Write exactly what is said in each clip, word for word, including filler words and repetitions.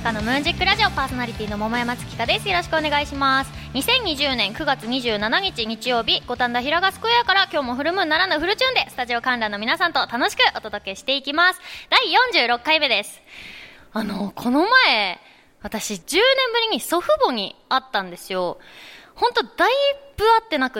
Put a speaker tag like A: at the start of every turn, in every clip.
A: 香のムーンジックラジオパーソナリティの桃山月香です。よろしくお願いします。にせんにじゅうねんくがつにじゅうしちにち日曜日、五反田平賀スクエアから今日もフルムーンならぬフルチューンでスタジオ観覧の皆さんと楽しくお届けしていきます。だいよんじゅうろっかいめです。あのこの前私じゅうねんぶりに祖父母に会ったんですよ。ほんとだいぶ会ってなくって、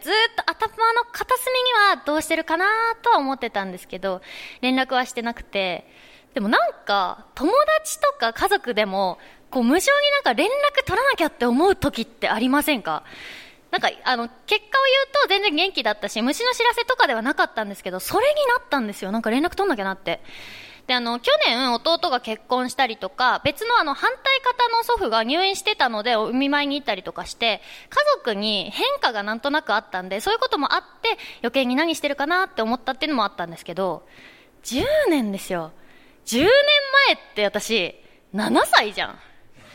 A: ずーっと頭の片隅にはどうしてるかなとは思ってたんですけど、連絡はしてなくて、でもなんか友達とか家族でもこう無性になんか連絡取らなきゃって思う時ってありませんか？なんかあの結果を言うと全然元気だったし、虫の知らせとかではなかったんですけど、それになったんですよ。なんか連絡取んなきゃなって。で、あの去年弟が結婚したりとか、別のあの反対方の祖父が入院してたのでお見舞いに行ったりとかして、家族に変化がなんとなくあったんで、そういうこともあって余計に何してるかなって思ったっていうのもあったんですけど、じゅうねんですよ。じゅうねんまえって私ななさいじゃん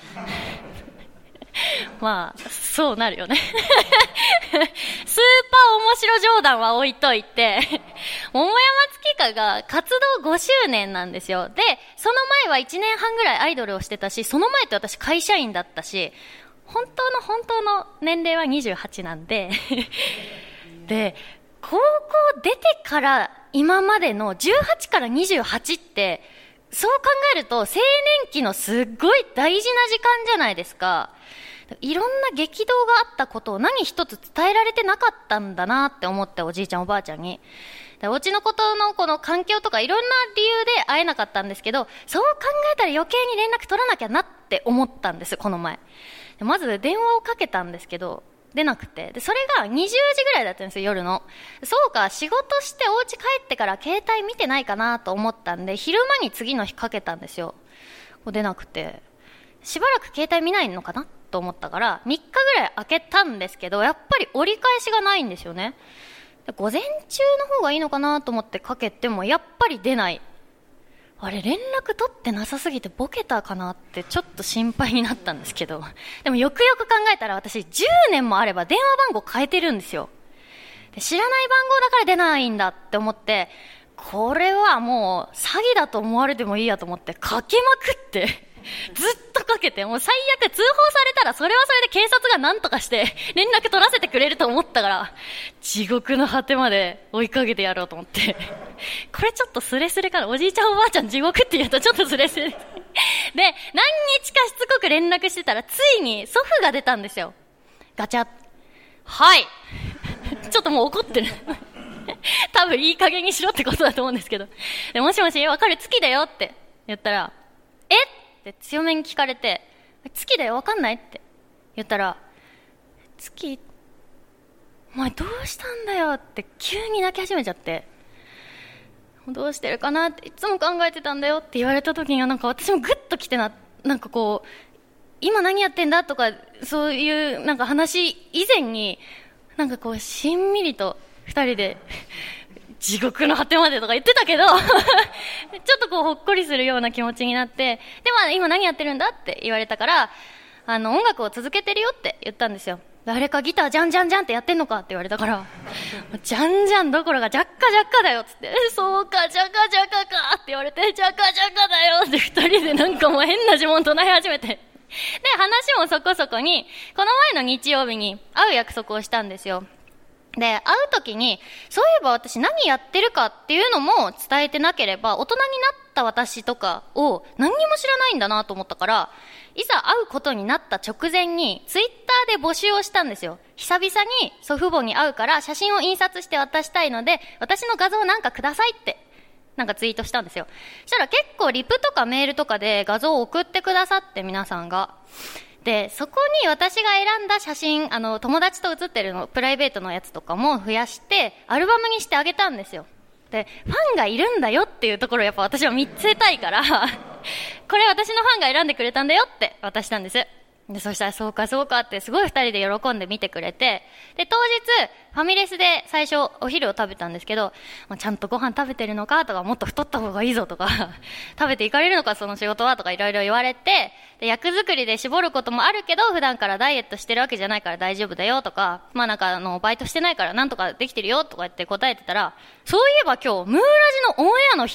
A: まあそうなるよねスーパー面白冗談は置いといて桃山月花が活動ごしゅうねんなんですよ。でその前はいちねんはんぐらいアイドルをしてたし、その前って私会社員だったし、本当の本当の年齢はにじゅうはちなんでで高校出てから今までのじゅうはちからにじゅうはちって、そう考えると青年期のすっごい大事な時間じゃないですか。いろんな激動があったことを何一つ伝えられてなかったんだなって思って、おじいちゃんおばあちゃんに。でお家のことのこの環境とかいろんな理由で会えなかったんですけど、そう考えたら余計に連絡取らなきゃなって思ったんです、この前。でまず電話をかけたんですけど出なくて、でそれがにじゅうじぐらいだったんですよ、夜の。そうか、仕事してお家帰ってから携帯見てないかなと思ったんで、昼間に次の日かけたんですよ。出なくて、しばらく携帯見ないのかなと思ったからみっかぐらい開けたんですけど、やっぱり折り返しがないんですよね。で午前中の方がいいのかなと思ってかけてもやっぱり出ない。あれ、連絡取ってなさすぎてボケたかなってちょっと心配になったんですけど、でもよくよく考えたら私じゅうねんもあれば電話番号変えてるんですよ。で知らない番号だから出ないんだって思って、これはもう詐欺だと思われてもいいやと思ってかけまくってずっとかけて、もう最悪通報されたらそれはそれで警察が何とかして連絡取らせてくれると思ったから、地獄の果てまで追いかけてやろうと思ってこれちょっとスレスレから、おじいちゃんおばあちゃん地獄って言うとちょっとスレスレで何日かしつこく連絡してたらついに祖父が出たんですよ。ガチャッ、はいちょっともう怒ってる多分いい加減にしろってことだと思うんですけど、でもしもしわかる、月だよって言ったら、えって強めに聞かれて、月だよわかんないって言ったら、月お前どうしたんだよって急に泣き始めちゃって、どうしてるかなっていつも考えてたんだよって言われた時にはなんか私もグッときてな、なんかこう今何やってんだとかそういうなんか話以前になんかこうしんみりと二人で地獄の果てまでとか言ってたけどちょっとこうほっこりするような気持ちになって、でまあ今何やってるんだって言われたから、あの音楽を続けてるよって言ったんですよ。誰かギタージャンジャンジャンってやってんのかって言われたから、ジャンジャンどころかジャッカジャッカだよっつって、そうかジャカジャカかって言われて、ジャカジャカだよって二人でなんかもう変な呪文唱え始めてで話もそこそこに、この前の日曜日に会う約束をしたんですよ。で、会う時に、そういえば私何やってるかっていうのも伝えてなければ、大人になった私とかを何にも知らないんだなと思ったから、いざ会うことになった直前に、ツイッターで募集をしたんですよ。久々に祖父母に会うから写真を印刷して渡したいので、私の画像なんかくださいって、なんかツイートしたんですよ。そしたら結構リプとかメールとかで画像を送ってくださって、皆さんが。でそこに私が選んだ写真、あの友達と写ってるのプライベートのやつとかも増やしてアルバムにしてあげたんですよ。でファンがいるんだよっていうところをやっぱ私は見せたいからこれ私のファンが選んでくれたんだよって渡したんです。でそしたらそうかそうかってすごい二人で喜んで見てくれて、で当日ファミレスで最初お昼を食べたんですけど、ちゃんとご飯食べてるのかとか、もっと太った方がいいぞとか食べていかれるのかその仕事はとかいろいろ言われて、で役作りで絞ることもあるけど普段からダイエットしてるわけじゃないから大丈夫だよとか、まあなんかあのバイトしてないからなんとかできてるよとか言って答えてたら、そういえば今日ムーラジのオンエアの日だっ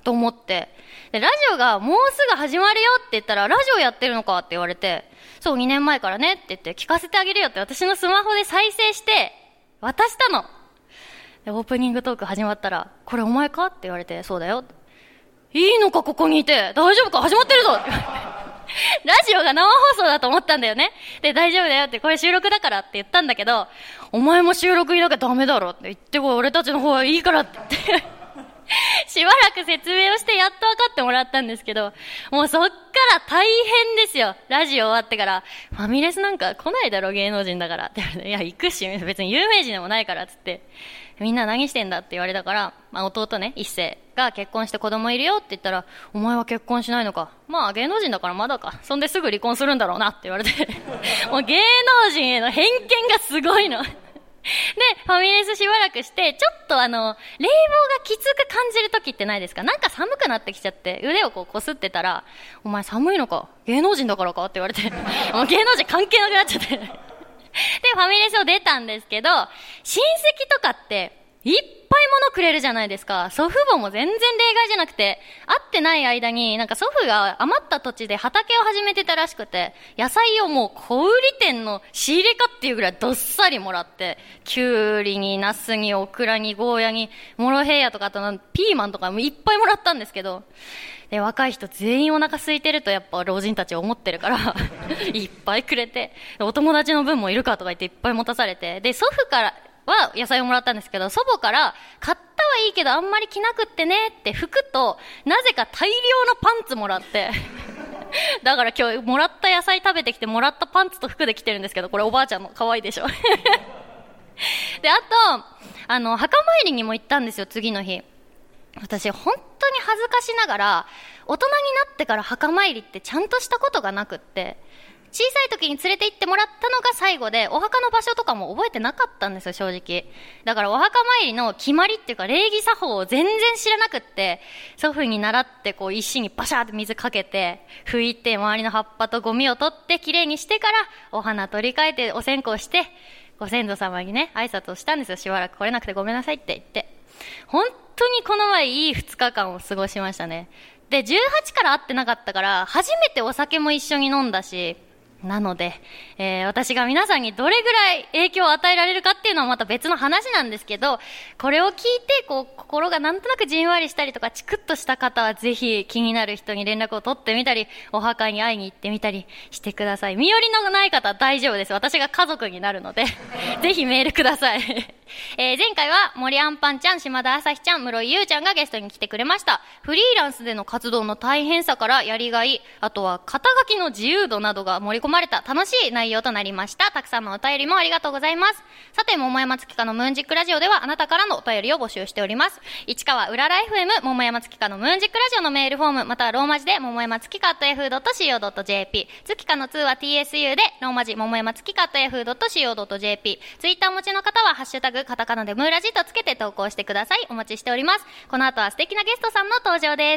A: と思って。で、ラジオがもうすぐ始まるよって言ったら、ラジオやってるのかって言われて、そう、にねんまえからねって言って、聞かせてあげるよって私のスマホで再生して、渡したの。で、オープニングトーク始まったら、これお前かって言われて、そうだよ。いいのかここにいて、大丈夫か始まってるぞってラジオが生放送だと思ったんだよね。で、大丈夫だよって、これ収録だからって言ったんだけど、お前も収録いなきゃダメだろって言ってこい、俺たちの方はいいからって言って、しばらく説明をしてやっと分かってもらったんですけど、もうそっから大変ですよ。ラジオ終わってから、ファミレスなんか来ないだろ、芸能人だからって言われて、いや、行くし、別に有名人でもないからって言って、みんな何してんだって言われたから、まあ弟ね、一世が結婚して子供いるよって言ったら、お前は結婚しないのか。まあ芸能人だからまだか。そんですぐ離婚するんだろうなって言われて、もう芸能人への偏見がすごいの。で、ファミレスしばらくして、ちょっとあの、冷房がきつく感じる時ってないですか？なんか寒くなってきちゃって、腕をこうこすってたら、お前寒いのか？芸能人だからかって言われて、もう芸能人関係なくなっちゃって。で、ファミレスを出たんですけど、親戚とかって、いっぱい物くれるじゃないですか。祖父母も全然例外じゃなくて、会ってない間に、なんか祖父が余った土地で畑を始めてたらしくて、野菜をもう小売店の仕入れかっていうぐらいどっさりもらって、きゅうりにナスにオクラにゴーヤにモロヘイヤとかあとピーマンとかもいっぱいもらったんですけど、で、若い人全員お腹空いてるとやっぱ老人たち思ってるから、いっぱいくれて、お友達の分もいるかとか言っていっぱい持たされて、で、祖父から、は野菜をもらったんですけど、祖母から買ったはいいけどあんまり着なくってねって服となぜか大量のパンツもらってだから今日もらった野菜食べてきてもらったパンツと服で着てるんですけど、これおばあちゃんの可愛いでしょで、あとあの墓参りにも行ったんですよ。次の日私本当に恥ずかしながら大人になってから墓参りってちゃんとしたことがなくって、小さい時に連れて行ってもらったのが最後で、お墓の場所とかも覚えてなかったんですよ、正直。だからお墓参りの決まりっていうか礼儀作法を全然知らなくって、祖父に習ってこう石にバシャーって水かけて、拭いて周りの葉っぱとゴミを取ってきれいにしてから、お花取り替えてお線香して、ご先祖様にね、挨拶をしたんですよ。しばらく来れなくてごめんなさいって言って。本当にこの前いいふつかかんを過ごしましたね。で、じゅうはちから会ってなかったから、初めてお酒も一緒に飲んだし、なので、えー、私が皆さんにどれぐらい影響を与えられるかっていうのはまた別の話なんですけど、これを聞いてこう心がなんとなくじんわりしたりとかチクッとした方はぜひ気になる人に連絡を取ってみたり、お墓に会いに行ってみたりしてください。身寄りのない方は大丈夫です。私が家族になるのでぜひメールくださいえー、前回は森あんぱんちゃん、島田朝日ちゃん、室井優ちゃんがゲストに来てくれました。フリーランスでの活動の大変さからやりがい、あとは肩書きの自由度などが盛り込まれた楽しい内容となりました。たくさんのお便りもありがとうございます。さて、桃山月花のムーンジックラジオではあなたからのお便りを募集しております。市川うらら エフエム 桃山月花のムーンジックラジオのメールフォーム、またはローマ字で桃山月花 エフドットシーオードットジェーピー、月花のには ティーエスユー でローマ字桃山月花 エフドットシーオードットジェーピー、ツイッターお持ちの方はハッシュタグカタカナでムーラジとつけて投稿してください。お待ちしております。この後は素敵なゲストさんの登場です。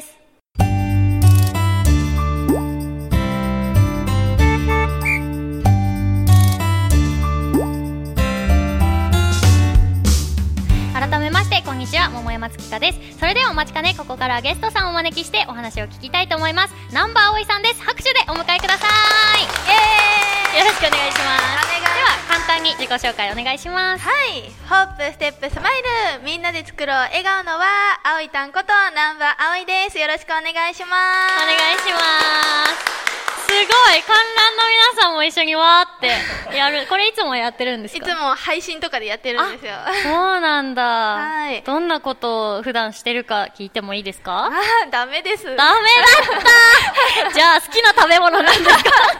A: 改めましてこんにちは、桃山月花です。それではお待ちかね、ここからゲストさんをお招きしてお話を聞きたいと思います。南波葵さんです。拍手でお迎えください。イエーイ、よろしくお願いします。では簡単に自己紹介お願いします。
B: はい、ホップステップスマイル、みんなで作ろう笑顔の輪、葵たんこと南波葵です。よろしくお願いします。
A: お願いします。すごい、観覧の皆さんも一緒にわーってやる。これいつもやってるんですか？
B: いつも配信とかでやってるんですよ。
A: そうなんだ。
B: はい。ど
A: んなことを普段してるか聞いてもいいですか？
B: あー、ダメです。ダメ
A: だったじゃあ好きな食べ物なんですか？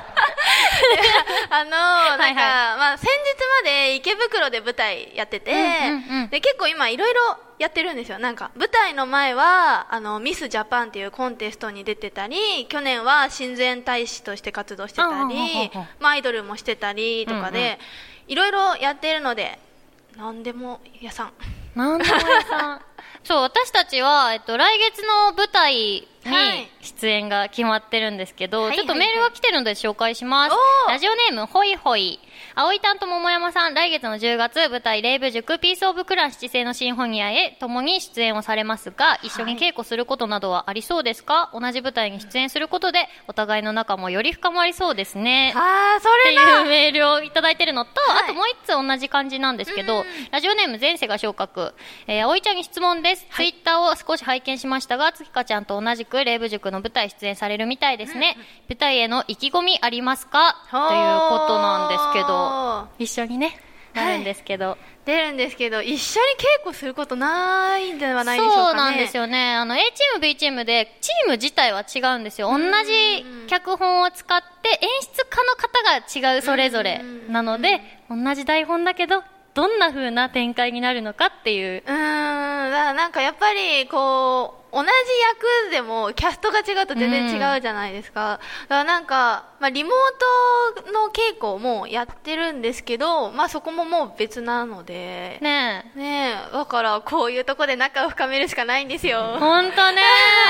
B: あのー、なんか、はいはい、まあ先日まで池袋で舞台やってて、うんうんうん、で結構今いろいろやってるんですよ。なんか舞台の前はあのミスジャパンっていうコンテストに出てたり、去年は親善大使として活動してたり、まあ、アイドルもしてたりとかで、いろいろやってるので、なんでも屋さん
A: なんでも屋さんそう、私たちは、えっと、来月の舞台に出演が決まってるんですけど、はい、ちょっとメールが来てるので紹介します。ラジオネームホイホイ。 葵たんと桃山さん、来月のじゅうがつ、舞台、レイブ塾、ピースオブクラン七世のシンフォニアへ共に出演をされますが、一緒に稽古することなどはありそうですか？同じ舞台に出演することで、お互いの仲もより深まりそうですね。
B: あー、それだ
A: っていうメールをいただいてるのと、
B: はい、
A: あともう一つ同じ感じなんですけど、ラジオネーム前世が昇格。えー、葵ちゃんに質問です。はい、ツイッターを少し拝見しましたが、月香ちゃんと同じくレイブ塾の舞台出演されるみたいですね。うん、舞台への意気込みありますか？ということなんですけど、一緒にね、なるんですけど、はい、
B: 出るんですけど、一緒に稽古することないんではないでしょうかね。
A: そうなんですよね。あの A チーム B チームでチーム自体は違うんですよ。同じ脚本を使って演出家の方が違うそれぞれなので、同じ台本だけどどんな風な展開になるのかっていう。
B: うーん、だからなんかやっぱりこう同じ役でもキャストが違うと全然違うじゃないですか。うん、だからなんか、まあ、リモートの稽古もやってるんですけど、まあ、そこももう別なので
A: ねえ
B: ねえ、だからこういうとこで仲を深めるしかないんですよ。
A: ほんとね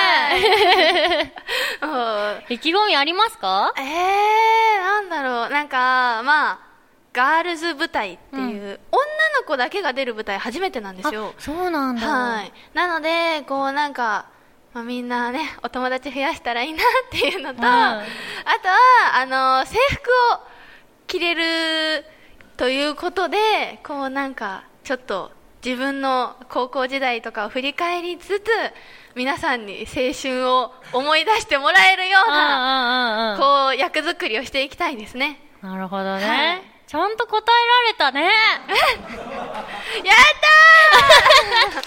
A: 意気込みありますか？
B: えー、なんだろう、なんかまあガールズ舞台っていう、うん、女の子だけが出る舞台初めてなんですよ。
A: そうなんだ。
B: はい。なのでこうなんか、まあ、みんなねお友達増やしたらいいなっていうのと、うん、あとはあの制服を着れるということで、こうなんかちょっと自分の高校時代とかを振り返りつつ、皆さんに青春を思い出してもらえるようなこう役作りをしていきたいですね。
A: なるほどね。はい、ちゃんと答えられたね。やった
B: ー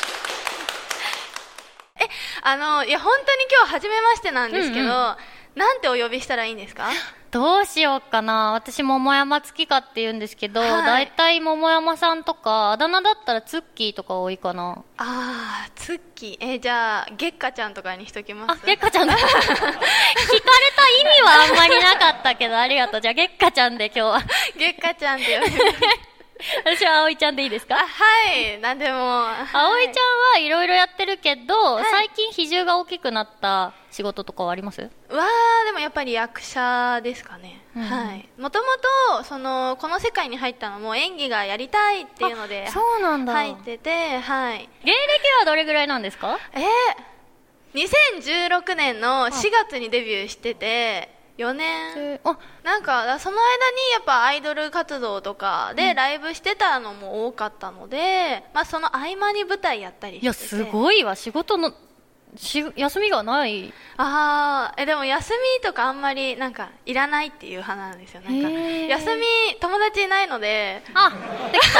B: え、あの、いや、本当に今日初めましてなんですけど、うんうん、なんてお呼びしたらいいんですか？
A: どうしようかな。私、桃山月香って言うんですけど、はい、だいたい桃山さんとか、あだ名だったらツッキーとか多いかな。
B: あー、ツッキー。えー、じゃあ、月香ちゃんとかにしときます。
A: あ、月香ちゃんだ。聞かれた意味はあんまりなかったけど、ありがとう。じゃあ、月香ちゃんで今日は。
B: 月香ちゃんで呼びます。
A: 私は葵ちゃんでいいですか？
B: あ、はい、なんでも。
A: 葵ちゃんはいろいろやってるけど、はい、最近比重が大きくなった仕事とかはあります？
B: わー、でもやっぱり役者ですかね。うん、はい。もともと、その、この世界に入ったのも演技がやりたいっていうので、
A: そうなんだ。
B: 入ってて、はい。
A: 芸歴はどれぐらいなんですか？
B: えー、にせんじゅうろくねんのしがつにデビューしてて、よねん、あ、なんかその間にやっぱアイドル活動とかでライブしてたのも多かったので、うん、まあその合間に舞台やったりしてて。いや、
A: すごいわ。仕事のし休みがない。
B: ああ、え、でも休みとかあんまりなんかいらないっていう派なんですよ。なんか休み友達いないので。
A: あ、できた。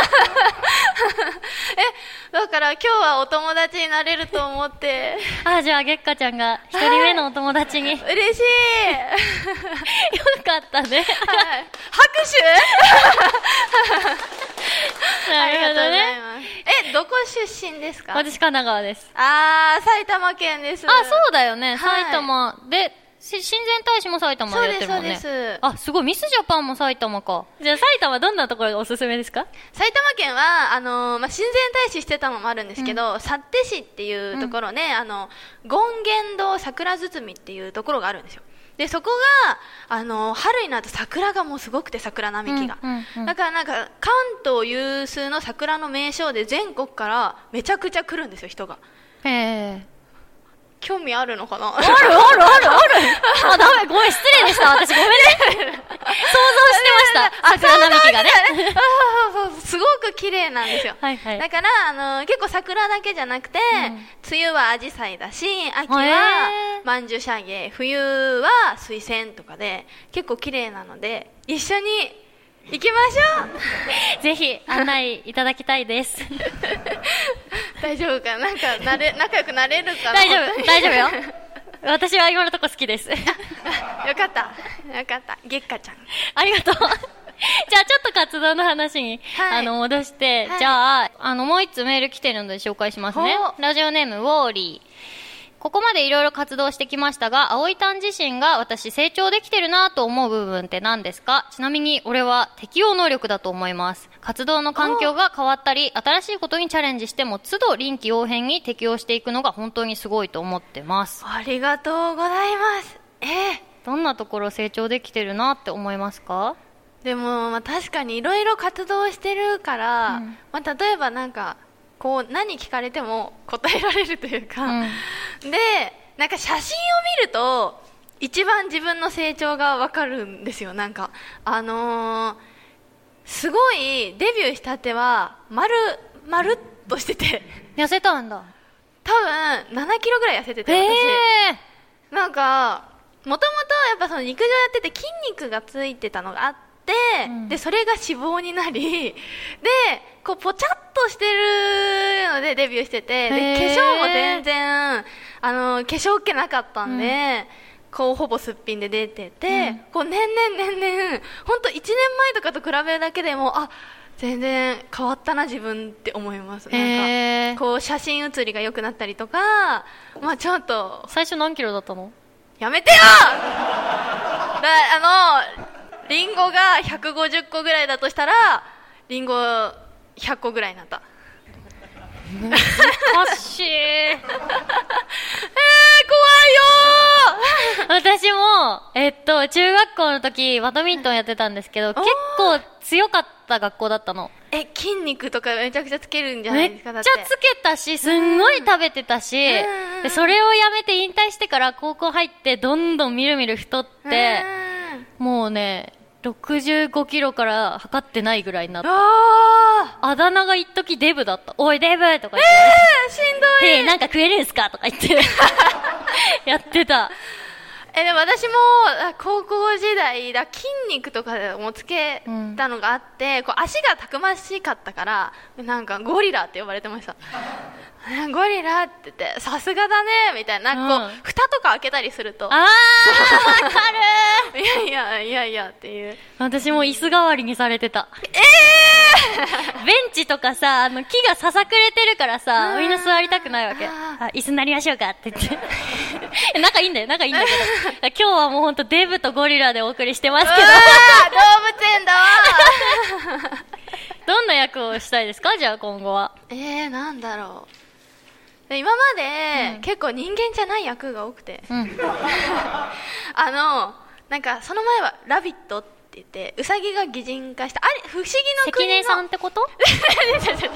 B: え、だから今日はお友達になれると思って。
A: あ、じゃあ月香ちゃんが一人目のお友達に。
B: 嬉しい。
A: よかったね。はい、
B: 拍手。
A: なるほどね。
B: え、どこ出身ですか？
A: 私神奈川です。
B: あー、埼玉県です。
A: あ、そうだよね。埼玉で、親善大使も埼玉でやってるもんね。
B: そうです、そうです。
A: あ、すごい。ミスジャパンも埼玉か。じゃあ埼玉どんなところがおすすめですか？
B: 埼玉県は、あのー、まあ、親善大使してたのもあるんですけど、うん、幸手市っていうところで、うん、あの、権現堂桜堤っていうところがあるんですよ。でそこがあの春になると桜がもうすごくて、桜並木が、うんうんうん、だからなんか関東有数の桜の名所で全国からめちゃくちゃ来るんですよ、人が。
A: へえ。
B: 興味あるのかな？
A: あるあるあるある。あ、ダメ、ごめん、失礼でした。私ごめんね。想像してました。桜並木がね。
B: あ、そうそう、すごく綺麗なんですよ。
A: はいはい。
B: だからあの結構桜だけじゃなくて、うん、梅雨はアジサイだし、秋はマンジュシャゲ、冬は水仙とかで結構綺麗なので、一緒に行きましょ
A: う。ぜひ案内いただきたいです。
B: 大丈夫かな、なんかなれ仲良くなれるかな。
A: 大丈夫大丈夫よ。私は今のとこ好きです。よ
B: かったよかった。月香ちゃん
A: ありがとう。じゃあちょっと活動の話に、はい、あの戻して、はい、じゃああのもう一つメール来てるので紹介しますね。ラジオネームウォーリー。ここまでいろいろ活動してきましたが、葵たん自身が私成長できてるなと思う部分って何ですか？ちなみに俺は適応能力だと思います。活動の環境が変わったり、新しいことにチャレンジしても都度臨機応変に適応していくのが本当にすごいと思ってます。
B: ありがとうございます。えー、
A: どんなところ成長できてるなって思いますか？
B: でも、まあ、確かにいろいろ活動してるから、うんまあ、例えばなんかこう何聞かれても答えられるというか、うん、でなんか写真を見ると一番自分の成長が分かるんですよ。なんかあのー、すごいデビューしたては丸丸っとしてて
A: 痩せたんだ。
B: 多分ななキロぐらい痩せてて、私、えー、なんかもともとやっぱその陸上やってて筋肉がついてたのがあって、うん、でそれが脂肪になりでこうポチャッとしてるのでデビューしてて、で化粧も全然あの化粧っ気なかったんで、うん、こうほぼすっぴんで出てて、うん、こう年々年々本当いちねんまえとかと比べるだけでもあ全然変わったな自分って思います。なんかこう写真写りが良くなったりとか、まあちょっと
A: 最初何キロだったの？
B: やめてよだあのリンゴがひゃくごじゅっこぐらいだとしたらリンゴひゃっこぐらいになった。
A: 難しいえー、
B: 怖いよ
A: 私も、えっと、中学校の時バドミントンやってたんですけど結構強かった学校だったの。
B: え、筋肉とかめちゃくちゃつけるんじゃないですか？
A: めっちゃつけたしすんごい食べてたし、でそれをやめて引退してから高校入ってどんどんみるみる太ってもうねろくじゅうごキロから測ってないぐらいになった。ああだ名が一時デブだった。おいデブとか言って、
B: えー、しんどい。
A: えー、なんか食えるんすかとか言ってやってた。
B: えでも私も高校時代だ筋肉とかもつけたのがあって、うん、こう足がたくましかったからなんかゴリラって呼ばれてました。ゴリラって言ってさすがだねみたいな、なんかこう、うん、蓋とか開けたりすると
A: あーわかる
B: いやいやいやいやっていう。
A: 私も椅子代わりにされてた。
B: え
A: ーベンチとかさあの木がささくれてるからさみんな座りたくないわけ。あ椅子になりましょうかって言って仲いいんだよ仲いいんだけど今日はもうほんとデブとゴリラでお送りしてますけど動物
B: 園だわ
A: どんな役をしたいですかじゃあ今後は。
B: えーなんだろう。今まで、うん、結構人間じゃない役が多くて、うん、あのなんかその前はラビットって言ってウサギが擬人化したあれ不思議の国の
A: 関根さんってこと
B: 違う違う不思議の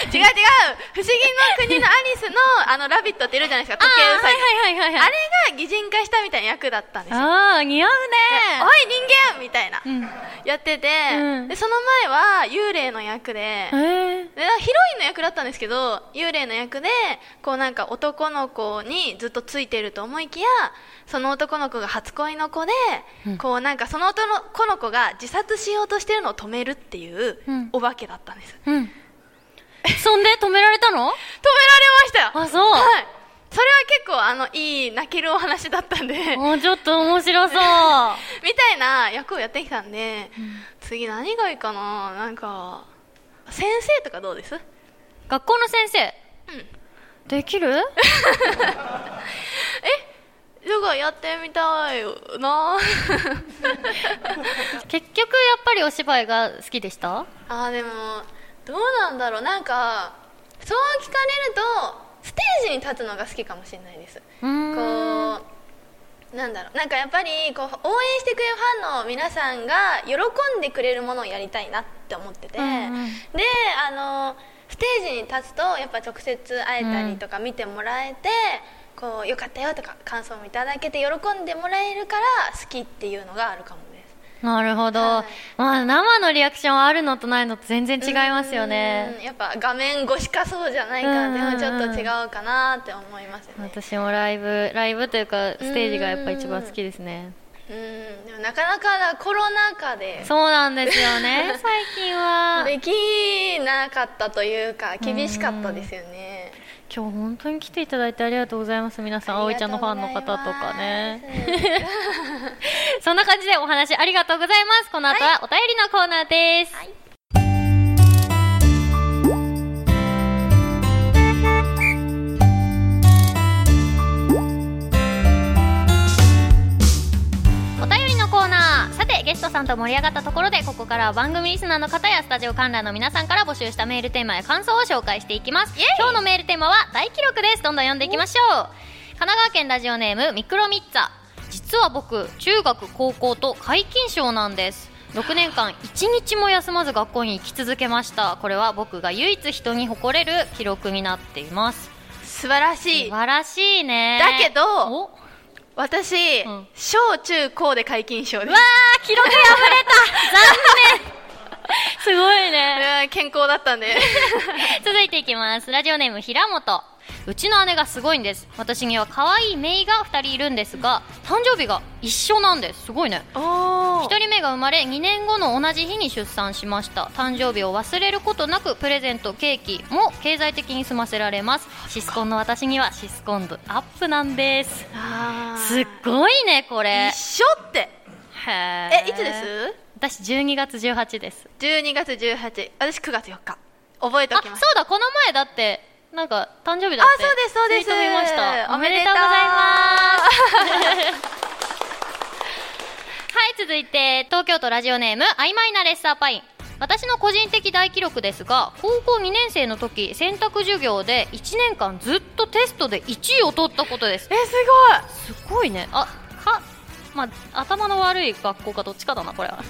B: 国のアリスのあのラビットっているじゃないですか時計ウサギ、はいはいはいはい、あれが擬人化したみたいな役だったんですよ。
A: ああ似合うね
B: おい人間みたいな、うん、やってて、うん、でその前は幽霊の役で、でヒロインの役だったんですけど幽霊の役でこうなんか男の子にずっとついてると思いきやその男の子が初恋の子で、うん、こうなんかその男の子が自殺しようとしてるのを止めるっていうお化けだったんです、うんうん、
A: そんで止められたの？止められ
B: ましたよ。
A: あそう、
B: はい、それは結構あのいい泣けるお話だったんで
A: もうちょっと面白そう
B: みたいな役をやってきたんで、うん、次何がいいかな。なんか先生とかどうです？
A: 学校の先生、うん、できる？
B: えヨガやってみたいよな
A: 結局やっぱりお芝居が好きでした？
B: あでもどうなんだろう。なんかそう聞かれるとステージに立つのが好きかもしれないです。うーんこうなんだろうなんかやっぱりこう応援してくれるファンの皆さんが喜んでくれるものをやりたいなって思ってて、うんうん、であのステージに立つとやっぱ直接会えたりとか見てもらえて、うん、こうよかったよとか感想もいただけて喜んでもらえるから好きっていうのがあるかもです。
A: なるほど、はいまあ、生のリアクションあるのとないのと全然違いますよね。
B: うんやっぱ画面越しかそうじゃないかでもちょっと違うかなって思いますね。
A: 私もライブライブというかステージがやっぱ一番好きですね。
B: うんでもなかなかコロナ禍で
A: そうなんですよね最近は
B: できなかったというか厳しかったですよね。
A: 今日本当に来ていただいてありがとうございます。皆さん葵ちゃんのファンの方とかねそんな感じでお話ありがとうございます。この後はお便りのコーナーです、はい、お便りのコーナー。さてゲストさんと盛り上がったところでここからは番組リスナーの方やスタジオ観覧の皆さんから募集したメールテーマや感想を紹介していきます。今日のメールテーマは大記録です。どんどん読んでいきましょう。神奈川県ラジオネームミクロミッツァ。実は僕中学高校と皆勤賞なんです。 ろくねんかんいちにちも休まず学校に行き続けました。これは僕が唯一人に誇れる記録になっています。
B: 素晴らしい。
A: 素晴らしいね。
B: だけど私、うん、小中高で皆勤賞です。
A: わー、記録破れた。残念。すごいね。
B: 健康だったんで。
A: 続いていきます。ラジオネーム平本。うちの姉がすごいんです。私には可愛い姪がふたりいるんですが、誕生日が一緒なんです。すごいね。ひとりめが生まれにねんごの同じ日に出産しました。誕生日を忘れることなくプレゼント、ケーキも経済的に済ませられます。シスコンの私にはシスコン度アップなんです。すっごいねこれ。
B: 一緒って。へえ。いつです？
A: 私じゅうにがつじゅうはちです。
B: じゅうにがつじゅうはち。私くがつよっか。覚えておきます。
A: あ、そうだ、この前だってなんか誕生日だって。
B: あ、そうですそうです。
A: ツイート見ました。
B: おめでとうございます。
A: はい、続いて東京都ラジオネーム曖昧なレッサーパイン。私の個人的大記録ですが、高校にねん生の時選択授業でいちねんかんずっとテストでいちいを取ったことです。
B: え、す
A: ごいすごいね。あ、かまあ、頭の悪い学校かどっちかだなこれは。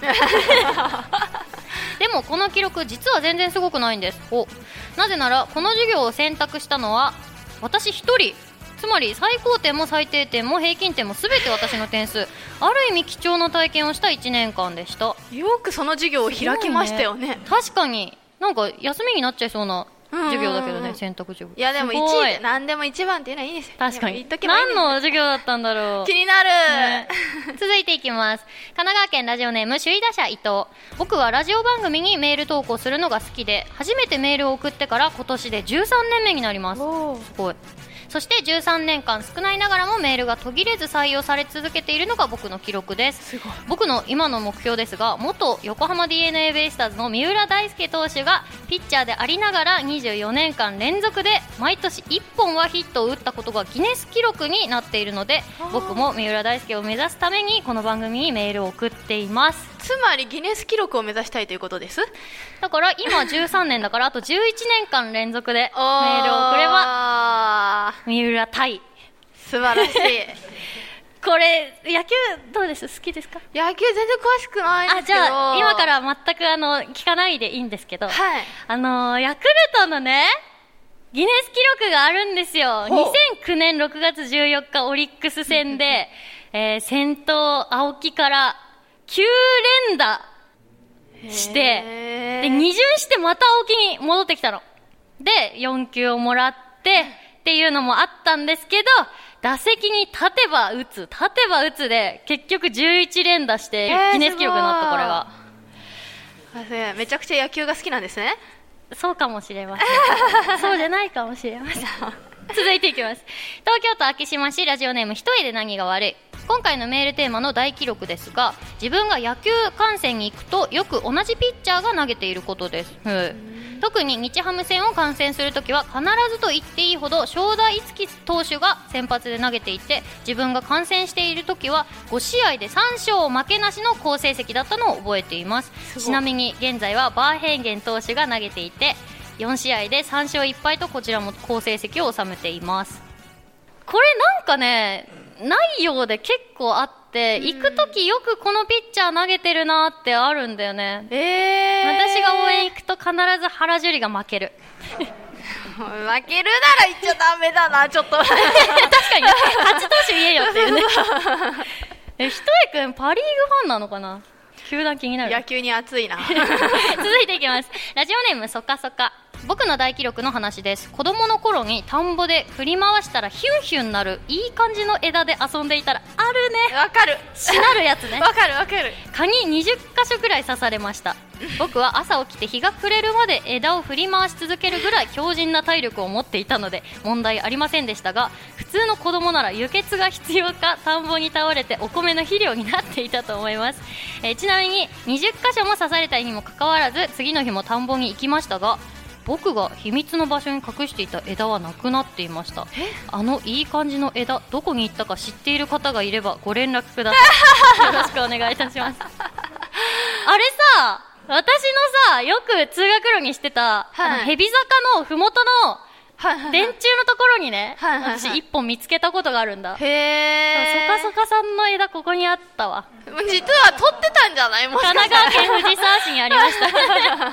A: でもこの記録実は全然すごくないんです。おなぜならこの授業を選択したのは私一人。つまり最高点も最低点も平均点も全て私の点数。ある意味貴重な体験をしたいちねんかんでした。
B: よくその授業を開きましたよ ね, ね
A: 確かになんか休みになっちゃいそうな授業だけどね、選択授業。
B: いやでもいちいで何でもいちばんっていうのはいいですよ。
A: 確かに。何の授業だったんだろう。
B: 気になる、ね、
A: 続いていきます。神奈川県ラジオネーム首位打者伊藤。僕はラジオ番組にメール投稿するのが好きで、初めてメールを送ってから今年でじゅうさんねんめになります。すごい。そしてじゅうさんねんかん少ないながらもメールが途切れず採用され続けているのが僕の記録です。
B: すごい。
A: 僕の今の目標ですが、元横浜 ディーエヌエー ベイスターズの三浦大輔投手がピッチャーでありながらにじゅうよねんかん連続で毎年いっぽんはヒットを打ったことがギネス記録になっているので、僕も三浦大輔を目指すためにこの番組にメールを送っています。
B: つまりギネス記録を目指したいということです。
A: だから今じゅうさんねんだからあとじゅういちねんかん連続でメールを送れば三浦対。
B: 素晴らしい。
A: これ野球どうです？好きですか？
B: 野球全然詳しくないですけど。
A: あ、じゃあ今から全くあの聞かないでいいんですけど、
B: はい、
A: あのヤクルトのねギネス記録があるんですよ。にせんきゅうねんろくがつじゅうよっかオリックス戦で、えー、先頭青木からきゅう連打してでに巡してまた青木に戻ってきたのでよんきゅうをもらってっていうのもあったんですけど、打席に立てば打つ立てば打つで結局じゅういち連打してギネス記録になった。これが
B: めちゃくちゃ野球が好きなんですね。
A: そうかもしれません。そうじゃないかもしれません。続いていきます。東京都昭島市ラジオネーム一重で何が悪い。今回のメールテーマの大記録ですが、自分が野球観戦に行くとよく同じピッチャーが投げていることです。特に日ハム戦を観戦するときは必ずと言っていいほど正田一樹投手が先発で投げていて、自分が観戦しているときはご試合でさん勝負けなしの好成績だったのを覚えています。ちなみに現在はバーヘンゲン投手が投げていてよん試合でさん勝いっ敗とこちらも好成績を収めています。これなんかねないようで結構あって、行くときよくこのピッチャー投げてるなってあるんだよね。
B: えー、
A: 私が応援行くと必ず原樹里が負ける。
B: 負けるなら言っちゃダメだな、ちょっと。確か
A: に勝ち投手言えよっていうね。え、ひとえくんパリーグファンなのかな？球団気になる。
B: 野球に熱いな。
A: 続いていきます。ラジオネームそかそか。僕の大記録の話です。子供の頃に田んぼで振り回したらヒュンヒュンなるいい感じの枝で遊んでいたらあるね。
B: わかる。
A: しなるやつね。
B: わかるわかる。
A: 蚊ににじゅっかしょくらい刺されました。僕は朝起きて日が暮れるまで枝を振り回し続けるぐらい強靭な体力を持っていたので問題ありませんでしたが、普通の子供なら輸血が必要か田んぼに倒れてお米の肥料になっていたと思います。えー、ちなみににじゅっかしょも刺されたにもかかわらず次の日も田んぼに行きましたが、僕が秘密の場所に隠していた枝はなくなっていました。あのいい感じの枝どこに行ったか知っている方がいればご連絡ください。よろしくお願いいたします。あれさ、私のさよく通学路にしてた、はい、あの蛇坂のふもとの
B: はいはいはい、
A: 電柱のところにね、
B: はいはいはい、
A: 私一本見つけたことがあるんだ。
B: へー。
A: そかそかさんの枝ここにあったわ。
B: 実は取ってたんじゃない？もしかしたら
A: 神奈川県藤沢市にありました、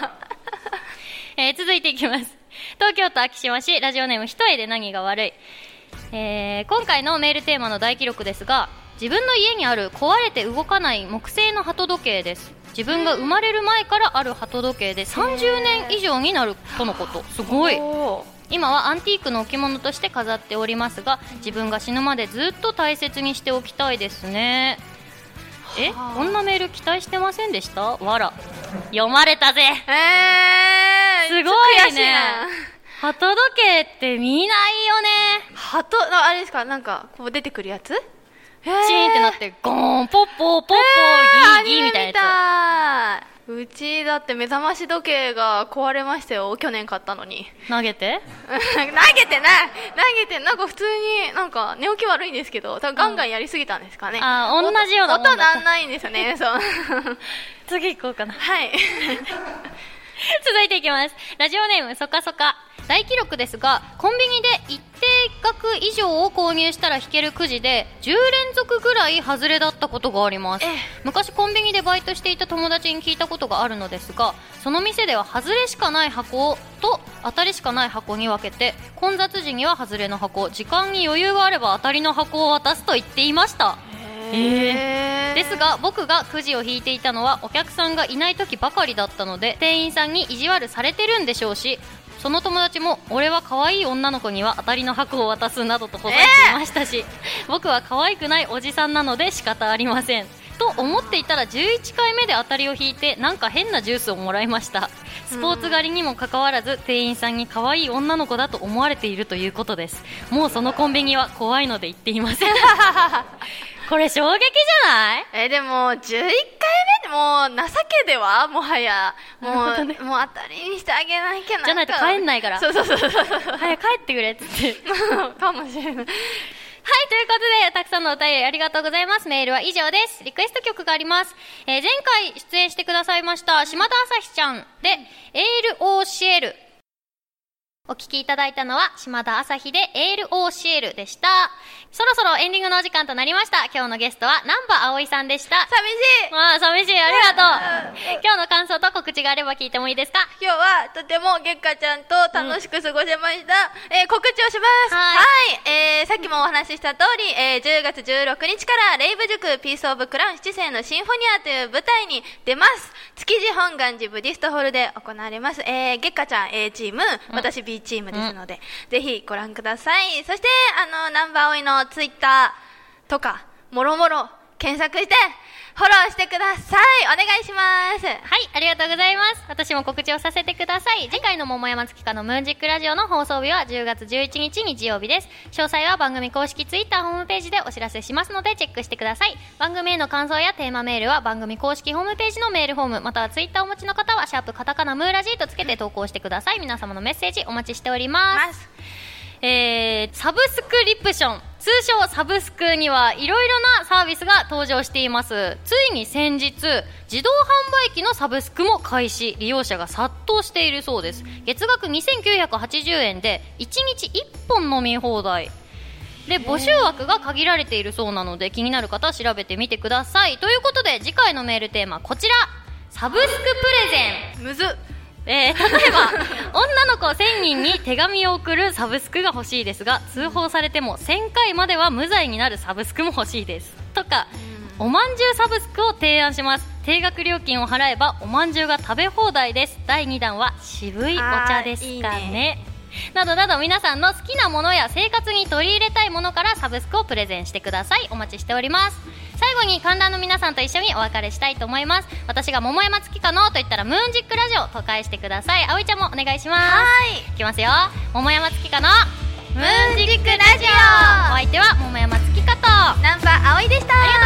A: えー、続いていきます。東京都昭島市ラジオネーム一重で何が悪い、えー、今回のメールテーマの大記録ですが、自分の家にある壊れて動かない木製の鳩時計です。自分が生まれる前からある鳩時計でさんじゅうねん以上になるとのこと。すごい。今はアンティークの置物として飾っておりますが、自分が死ぬまでずっと大切にしておきたいですね。え、こんなメール期待してませんでした？わら、読まれたぜ。
B: えー、
A: すごいね。鳩時計って見ないよね。
B: 鳩、あれですか、なんかこう出てくるやつ？
A: チーンってなってゴーンポッポーポッポー、えー、ギーギーみたいなや
B: つ。うちだって目覚まし時計が壊れましたよ、去年買ったのに。
A: 投げて
B: 投げてない投げてなんか普通になんか寝起き悪いんですけど、多分ガンガンやりすぎたんですかね。
A: ああ、同じようなもんだった。
B: 音なんないんですよね。そう
A: 次行こうかな。
B: はい
A: 続いていきます。ラジオネームそかそか。大記録ですが、コンビニで一定額以上を購入したら引けるくじでじゅう連続ぐらい外れだったことがあります。昔コンビニでバイトしていた友達に聞いたことがあるのですが、その店では外れしかない箱と当たりしかない箱に分けて、混雑時には外れの箱、時間に余裕があれば当たりの箱を渡すと言っていました。えー、ですが僕がくじを引いていたのはお客さんがいない時ばかりだったので、店員さんに意地悪されてるんでしょうし、その友達も俺は可愛い女の子には当たりの箱を渡すなどとほざいていましたし、えー、僕は可愛くないおじさんなので仕方ありませんと思っていたら、じゅういっかいめで当たりを引いてなんか変なジュースをもらいました。スポーツ狩りにもかかわらず店員さんに可愛い女の子だと思われているということです。もうそのコンビニは怖いので行っていませんこれ衝撃じゃない？
B: えでもじゅういっかいめでも情けではもはやもう、ね、もう当たりにしてあげなきゃな。
A: じゃないと帰んないから。
B: そうそうそうそう
A: 早く帰ってくれっつって
B: かもしれない。はい、という
A: ことでたくさんのお便りありがとうございます。メールは以上です。リクエスト曲があります。えー、前回出演してくださいました島田朝日ちゃんでエールオーシエル。お聞きいただいたのは島田朝日でエールオーシエルでした。そろそろエンディングのお時間となりました。今日のゲストは南波葵さんでした。
B: 寂しい。
A: ああ、寂しい。ありがとう。今日の感想と告知があれば聞いてもいいですか？
B: 今日はとても月花ちゃんと楽しく過ごせました。うん、えー、告知をします。はい。はい、えー、さっきもお話しした通り、えー、じゅうがつじゅうろくにちからレイブ塾ピースオブクラウン七世のシンフォニアという舞台に出ます。築地本願寺ブディストホールで行われます。えー、月花ちゃん A チーム、うん、私 B チームですので、うん、ぜひご覧ください。そして、あの、南波葵のツイッターとか、もろもろ検索して、フォローしてください。お願いします。
A: はい、ありがとうございます。私も告知をさせてください。次回の桃山月花のムーンジックラジオの放送日はじゅうがつじゅういちにち日曜日です。詳細は番組公式ツイッターホームページでお知らせしますのでチェックしてください。番組への感想やテーマメールは番組公式ホームページのメールフォーム、またはツイッターをお持ちの方はシャープカタカナムーラジーとつけて投稿してください。皆様のメッセージお待ちしております。えー、サブスクリプション、通称サブスクにはいろいろなサービスが登場しています。ついに先日自動販売機のサブスクも開始、利用者が殺到しているそうです。月額にせんきゅうひゃくはちじゅうえんでいちにちいっぽん飲み放題で、募集枠が限られているそうなので気になる方は調べてみてください。ということで次回のメールテーマこちら、サブスクプレゼン。
B: むずっ。
A: えー、例えば女の子せんにんに手紙を送るサブスクが欲しいですが、通報されてもせんかいまでは無罪になるサブスクも欲しいですとか、おまんじゅうサブスクを提案します。定額料金を払えばおまんじゅうが食べ放題です。だいにだんは渋いお茶ですかね。いいねなどなど、皆さんの好きなものや生活に取り入れたいものからサブスクをプレゼンしてください。お待ちしております。最後に観覧の皆さんと一緒にお別れしたいと思います。私が桃山月花のと言ったらムーンジックラジオと返してください。葵ちゃんもお願いします。
B: はい、
A: いきますよ。桃山月花の
B: ムーンジックラジオ。
A: お相手は桃山月花と
B: 南波葵でした。
A: ありがとう